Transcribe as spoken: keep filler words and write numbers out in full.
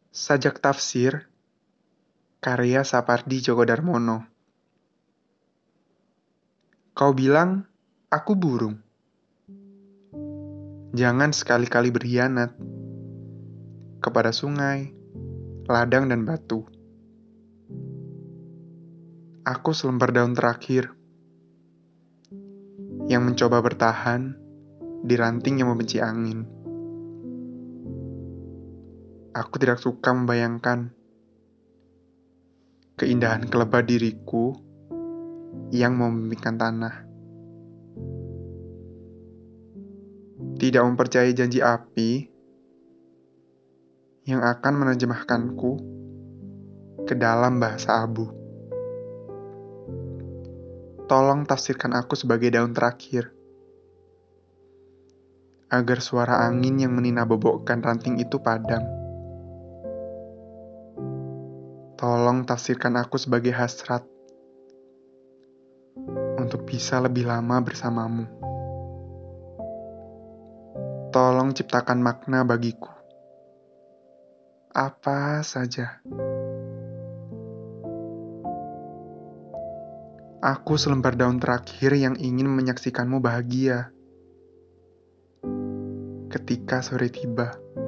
Sajak Tafsir, karya Sapardi Djoko Darmono. Kau bilang, aku burung. Jangan sekali-kali berkhianat kepada sungai, ladang, dan batu. Aku selembar daun terakhir yang mencoba bertahan di ranting yang membenci angin. Aku tidak suka membayangkan keindahan kelebat diriku yang membimbingkan tanah. Tidak mempercayai janji api yang akan menerjemahkanku ke dalam bahasa abu. Tolong tafsirkan aku sebagai daun terakhir, agar suara angin yang meninabobokkan ranting itu padam. Tolong tafsirkan aku sebagai hasrat untuk bisa lebih lama bersamamu. Tolong ciptakan makna bagiku. Apa saja. Aku selembar daun terakhir yang ingin menyaksikanmu bahagia ketika sore tiba.